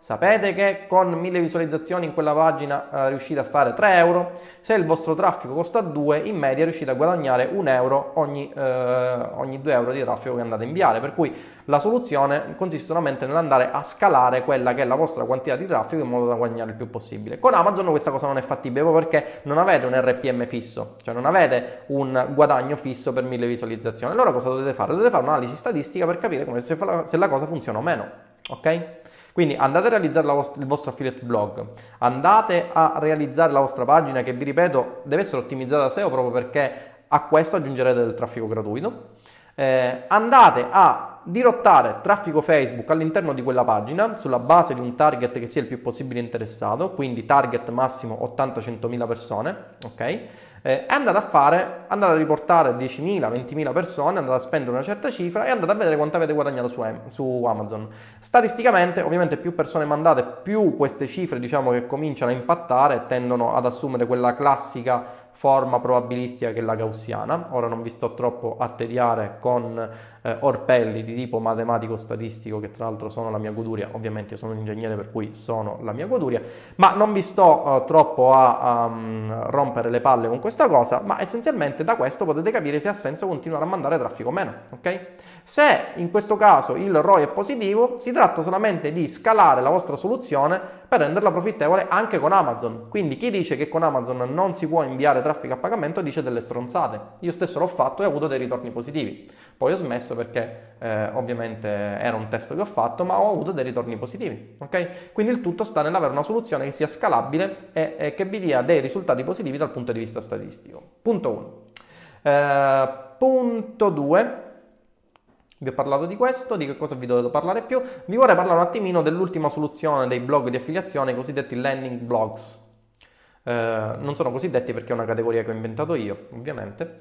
sapete che con mille visualizzazioni in quella pagina eh, riuscite a fare tre euro, se il vostro traffico costa due, in media riuscite a guadagnare un euro ogni, eh, ogni due euro di traffico che andate a inviare, per cui la soluzione consiste solamente nell'andare a scalare quella che è la vostra quantità di traffico in modo da guadagnare il più possibile. Con Amazon questa cosa non è fattibile proprio perché non avete un R P M fisso, cioè non avete un guadagno fisso per mille visualizzazioni. Allora cosa dovete fare? Dovete fare un'analisi statistica per capire come se, fa, se la cosa funziona o meno, ok? Quindi andate a realizzare la vostra, il vostro affiliate blog, andate a realizzare la vostra pagina che, vi ripeto, deve essere ottimizzata da S E O proprio perché a questo aggiungerete del traffico gratuito. Eh, andate a dirottare traffico Facebook all'interno di quella pagina sulla base di un target che sia il più possibile interessato, quindi target massimo ottanta centomila persone, ok? Eh, e andate a fare, andate a riportare diecimila ventimila persone, andate a spendere una certa cifra e andate a vedere quanto avete guadagnato su, su Amazon. Statisticamente, ovviamente, più persone mandate, più queste cifre, diciamo, che cominciano a impattare e tendono ad assumere quella classica forma probabilistica che è la gaussiana. Ora non vi sto troppo a tediare con eh, orpelli di tipo matematico-statistico, che tra l'altro sono la mia goduria. Ovviamente io sono un ingegnere, per cui sono la mia goduria, ma non vi sto eh, troppo a, a um, rompere le palle con questa cosa, ma essenzialmente da questo potete capire se ha senso continuare a mandare traffico o meno, ok? Se in questo caso il R O I è positivo, si tratta solamente di scalare la vostra soluzione per renderla profittevole anche con Amazon. Quindi chi dice che con Amazon non si può inviare traffico a pagamento dice delle stronzate. Io stesso l'ho fatto e ho avuto dei ritorni positivi. Poi ho smesso perché eh, ovviamente era un test che ho fatto, ma ho avuto dei ritorni positivi. Ok? Quindi il tutto sta nell'avere una soluzione che sia scalabile e, e che vi dia dei risultati positivi dal punto di vista statistico. Punto uno. Eh, punto due. Vi ho parlato di questo, di che cosa vi dovevo parlare più. Vi vorrei parlare un attimino dell'ultima soluzione dei blog di affiliazione, i cosiddetti landing blogs. Eh, non sono cosiddetti perché è una categoria che ho inventato io, ovviamente.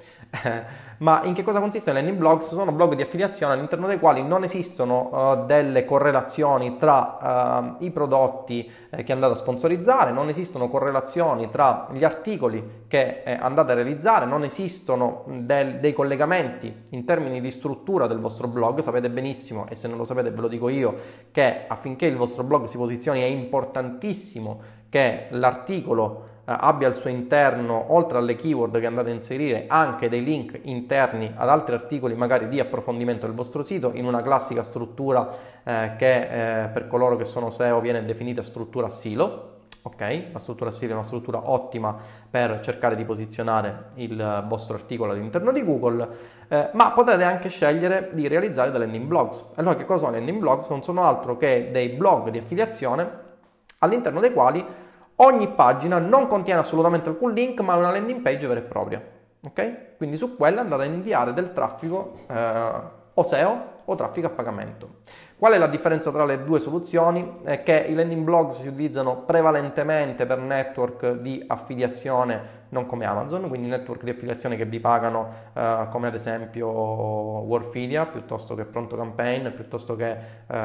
Ma in che cosa consiste i landing blogs? Sono blog di affiliazione all'interno dei quali non esistono uh, delle correlazioni tra uh, i prodotti eh, che andate a sponsorizzare, non esistono correlazioni tra gli articoli che eh, andate a realizzare, non esistono del, dei collegamenti in termini di struttura del vostro blog. Sapete benissimo, e se non lo sapete ve lo dico io, che affinché il vostro blog si posizioni è importantissimo che l'articolo eh, abbia al suo interno, oltre alle keyword che andate a inserire, anche dei link interni ad altri articoli magari di approfondimento del vostro sito in una classica struttura eh, che eh, per coloro che sono S E O viene definita struttura a silo. Ok, la struttura a silo è una struttura ottima per cercare di posizionare il vostro articolo all'interno di Google, eh, ma potete anche scegliere di realizzare delle landing blogs. Allora, che cosa sono landing blogs? Non sono altro che dei blog di affiliazione all'interno dei quali ogni pagina non contiene assolutamente alcun link, ma è una landing page vera e propria. Ok? Quindi su quella andate a inviare del traffico eh, o S E O o traffico a pagamento. Qual è la differenza tra le due soluzioni? È che i landing blog si utilizzano prevalentemente per network di affiliazione non come Amazon, quindi network di affiliazione che vi pagano eh, come ad esempio Warfilia, piuttosto che Pronto Campaign, piuttosto che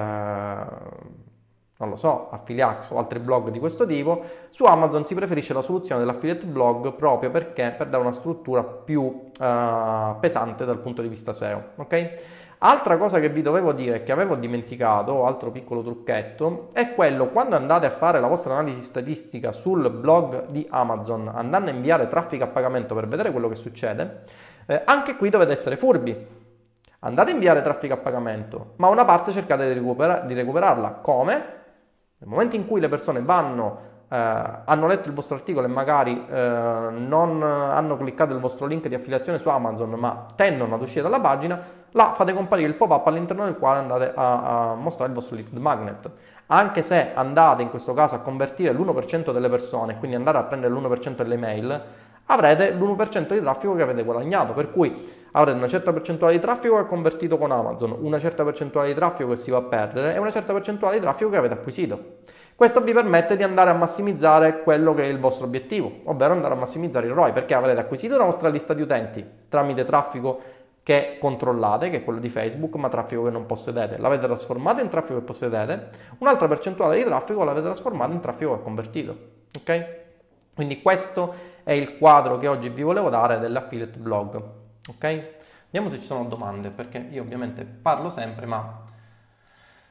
eh, non lo so, Affiliax o altri blog di questo tipo. Su Amazon si preferisce la soluzione dell'affiliate blog proprio perché per dare una struttura più uh, pesante dal punto di vista S E O, ok? Altra cosa che vi dovevo dire, che avevo dimenticato, altro piccolo trucchetto, è quello: quando andate a fare la vostra analisi statistica sul blog di Amazon, andando a inviare traffico a pagamento per vedere quello che succede, eh, anche qui dovete essere furbi. Andate a inviare traffico a pagamento, ma una parte cercate di, recupera- di recuperarla. Come? Nel momento in cui le persone vanno, eh, hanno letto il vostro articolo e magari eh, non hanno cliccato il vostro link di affiliazione su Amazon, ma tendono ad uscire dalla pagina, là fate comparire il pop-up all'interno del quale andate a, a mostrare il vostro lead magnet. Anche se andate in questo caso a convertire l'uno per cento delle persone, quindi andare a prendere l'uno per cento delle mail, avrete l'uno per cento di traffico che avete guadagnato, per cui avrete una certa percentuale di traffico che è convertito con Amazon, una certa percentuale di traffico che si va a perdere e una certa percentuale di traffico che avete acquisito. Questo vi permette di andare a massimizzare quello che è il vostro obiettivo, ovvero andare a massimizzare il R O I, perché avrete acquisito la vostra lista di utenti tramite traffico che controllate, che è quello di Facebook, ma traffico che non possedete. L'avete trasformato in traffico che possedete, un'altra percentuale di traffico l'avete trasformato in traffico che è convertito. Ok? Quindi questo è il quadro che oggi vi volevo dare dell'affiliate blog. Ok? Vediamo se ci sono domande, perché io ovviamente parlo sempre, ma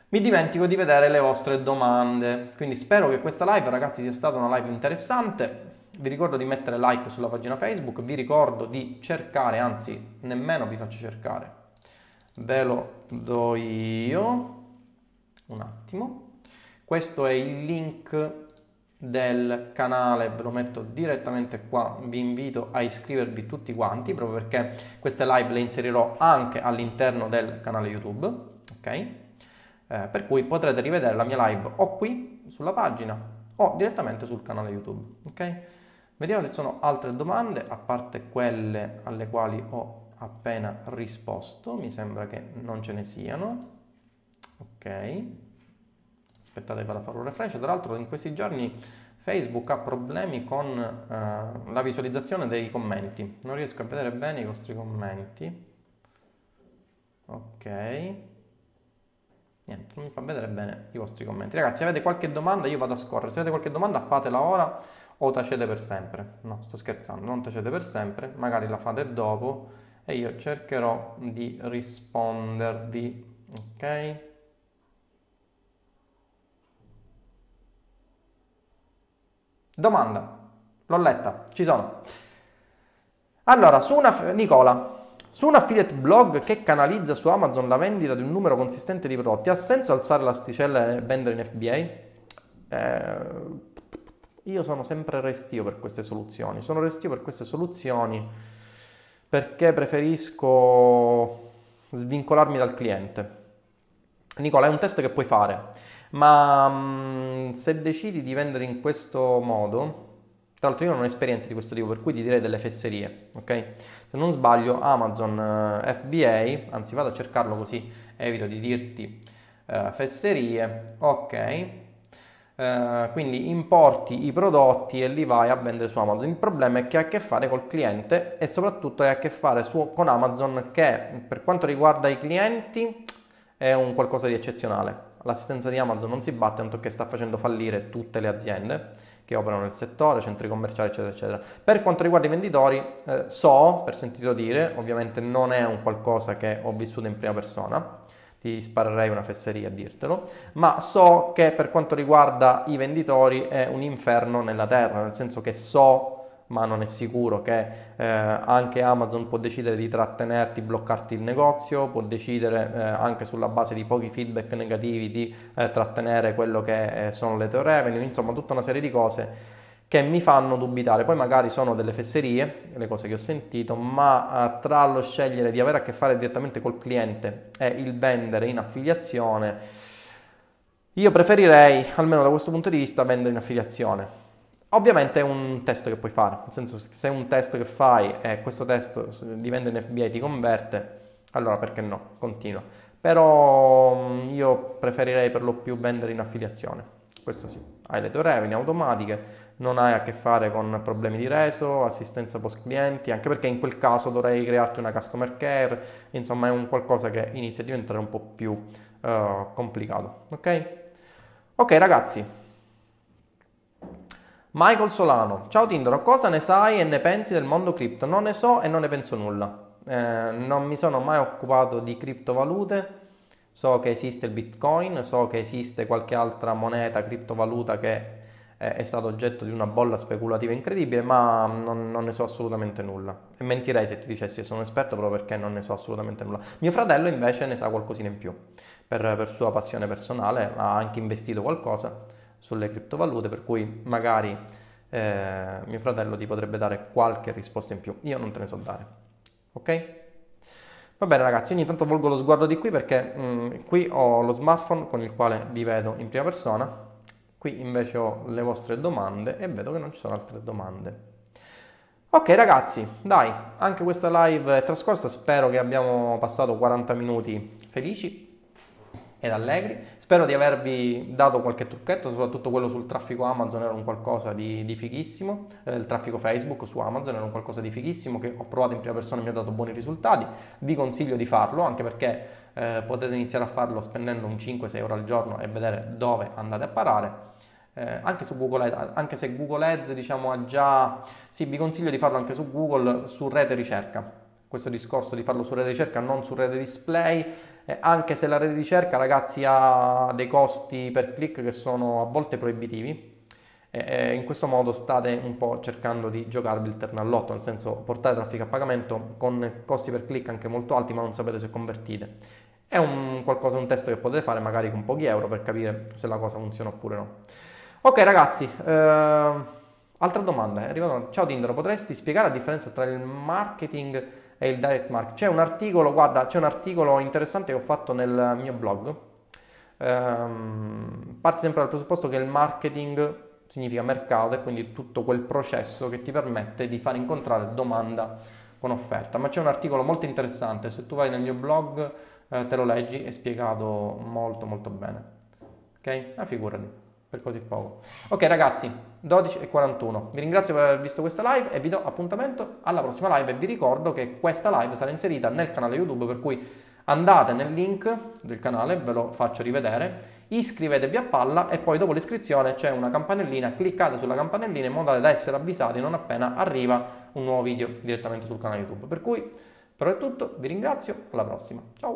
mi dimentico di vedere le vostre domande. Quindi spero che questa live, ragazzi, sia stata una live interessante. Vi ricordo di mettere like sulla pagina Facebook, vi ricordo di cercare, anzi nemmeno vi faccio cercare, ve lo do io, un attimo, questo è il link del canale, ve lo metto direttamente qua, vi invito a iscrivervi tutti quanti, proprio perché queste live le inserirò anche all'interno del canale YouTube, ok? Eh, per cui potrete rivedere la mia live o qui sulla pagina o direttamente sul canale YouTube, ok? Vediamo se ci sono altre domande, a parte quelle alle quali ho appena risposto. Mi sembra che non ce ne siano. Ok. Aspettate, vado a fare un refresh. Tra l'altro in questi giorni Facebook ha problemi con uh, la visualizzazione dei commenti. Non riesco a vedere bene i vostri commenti. Ok. Niente, non mi fa vedere bene i vostri commenti. Ragazzi, avete qualche domanda? Io vado a scorrere. Se avete qualche domanda fatela ora o tacete per sempre. No, sto scherzando, non tacete per sempre, magari la fate dopo e io cercherò di rispondervi, ok? Domanda, l'ho letta, ci sono. Allora, su una... Nicola, su un affiliate blog che canalizza su Amazon la vendita di un numero consistente di prodotti, ha senso alzare l'asticella e vendere in F B A? Eh... Io sono sempre restio per queste soluzioni, sono restio per queste soluzioni perché preferisco svincolarmi dal cliente. Nicola, è un test che puoi fare, ma mh, se decidi di vendere in questo modo, tra l'altro io non ho esperienza di questo tipo, per cui ti direi delle fesserie, ok? Se non sbaglio Amazon uh, F B A, anzi vado a cercarlo così evito di dirti uh, fesserie, ok? Uh, quindi importi i prodotti e li vai a vendere su Amazon. Il problema è che ha a che fare col cliente e soprattutto hai a che fare su, con Amazon, che per quanto riguarda i clienti è un qualcosa di eccezionale. L'assistenza di Amazon non si batte, tanto che sta facendo fallire tutte le aziende che operano nel settore, centri commerciali eccetera eccetera. Per quanto riguarda i venditori, eh, so, per sentito dire, ovviamente non è un qualcosa che ho vissuto in prima persona, ti sparerei una fesseria a dirtelo, ma so che per quanto riguarda i venditori è un inferno nella terra, nel senso che so, ma non è sicuro, che eh, anche Amazon può decidere di trattenerti, bloccarti il negozio, può decidere eh, anche sulla base di pochi feedback negativi di eh, trattenere quello che eh, sono le tue revenue, insomma tutta una serie di cose che mi fanno dubitare. Poi magari sono delle fesserie, le cose che ho sentito, ma eh, tra lo scegliere di avere a che fare direttamente col cliente e il vendere in affiliazione, io preferirei, almeno da questo punto di vista, vendere in affiliazione. Ovviamente è un test che puoi fare, nel senso che se è un test che fai e questo test di vendere in F B A ti converte, allora perché no, continua. Però io preferirei per lo più vendere in affiliazione, questo sì, hai le tue revenue automatiche, non hai a che fare con problemi di reso, assistenza post clienti, anche perché in quel caso dovrei crearti una customer care, insomma è un qualcosa che inizia a diventare un po' più uh, complicato, ok? Ok ragazzi, Michael Solano, ciao Tindaro, cosa ne sai e ne pensi del mondo cripto? Non ne so e non ne penso nulla, eh, non mi sono mai occupato di criptovalute, so che esiste il Bitcoin, so che esiste qualche altra moneta, criptovaluta che è stato oggetto di una bolla speculativa incredibile, ma non, non ne so assolutamente nulla. E mentirei se ti dicessi che sono esperto proprio perché non ne so assolutamente nulla. Mio fratello invece ne sa qualcosina in più, per, per sua passione personale, ha anche investito qualcosa sulle criptovalute, per cui magari eh, mio fratello ti potrebbe dare qualche risposta in più. Io non te ne so dare, ok? Va bene ragazzi, ogni tanto volgo lo sguardo di qui perché mh, qui ho lo smartphone con il quale vi vedo in prima persona. Qui invece ho le vostre domande e vedo che non ci sono altre domande. Ok ragazzi, dai, anche questa live è trascorsa, spero che abbiamo passato quaranta minuti felici ed allegri. Spero di avervi dato qualche trucchetto, soprattutto quello sul traffico Amazon era un qualcosa di, di fighissimo, eh, il traffico Facebook su Amazon era un qualcosa di fighissimo che ho provato in prima persona e mi ha dato buoni risultati. Vi consiglio di farlo, anche perché eh, potete iniziare a farlo spendendo un cinque sei euro al giorno e vedere dove andate a parare. Eh, anche su Google Ads, anche se Google Ads diciamo ha già, sì, vi consiglio di farlo anche su Google, su rete ricerca, questo discorso di farlo su rete ricerca, non su rete display, eh, anche se la rete di ricerca, ragazzi, ha dei costi per click che sono a volte proibitivi. E in questo modo state un po' cercando di giocarvi il terno al lotto, nel senso portate traffico a pagamento con costi per click anche molto alti, ma non sapete se convertite. È un qualcosa, un test che potete fare magari con pochi euro per capire se la cosa funziona oppure no. Ok ragazzi, eh, altra domanda, è arrivata. Ciao Tindaro, potresti spiegare la differenza tra il marketing e il direct marketing? C'è un articolo, guarda, c'è un articolo interessante che ho fatto nel mio blog. Ehm, parte sempre dal presupposto che il marketing significa mercato e quindi tutto quel processo che ti permette di far incontrare domanda con offerta. Ma c'è un articolo molto interessante, se tu vai nel mio blog eh, te lo leggi, è spiegato molto molto bene. Ok? Ma figurati, per così poco. Ok ragazzi, dodici e quarantuno. Vi ringrazio per aver visto questa live e vi do appuntamento alla prossima live e vi ricordo che questa live sarà inserita nel canale YouTube, per cui andate nel link del canale, ve lo faccio rivedere, iscrivetevi a palla e poi dopo l'iscrizione c'è una campanellina, cliccate sulla campanellina in modo da essere avvisati non appena arriva un nuovo video direttamente sul canale YouTube. Per cui per ora è tutto, vi ringrazio, alla prossima, ciao!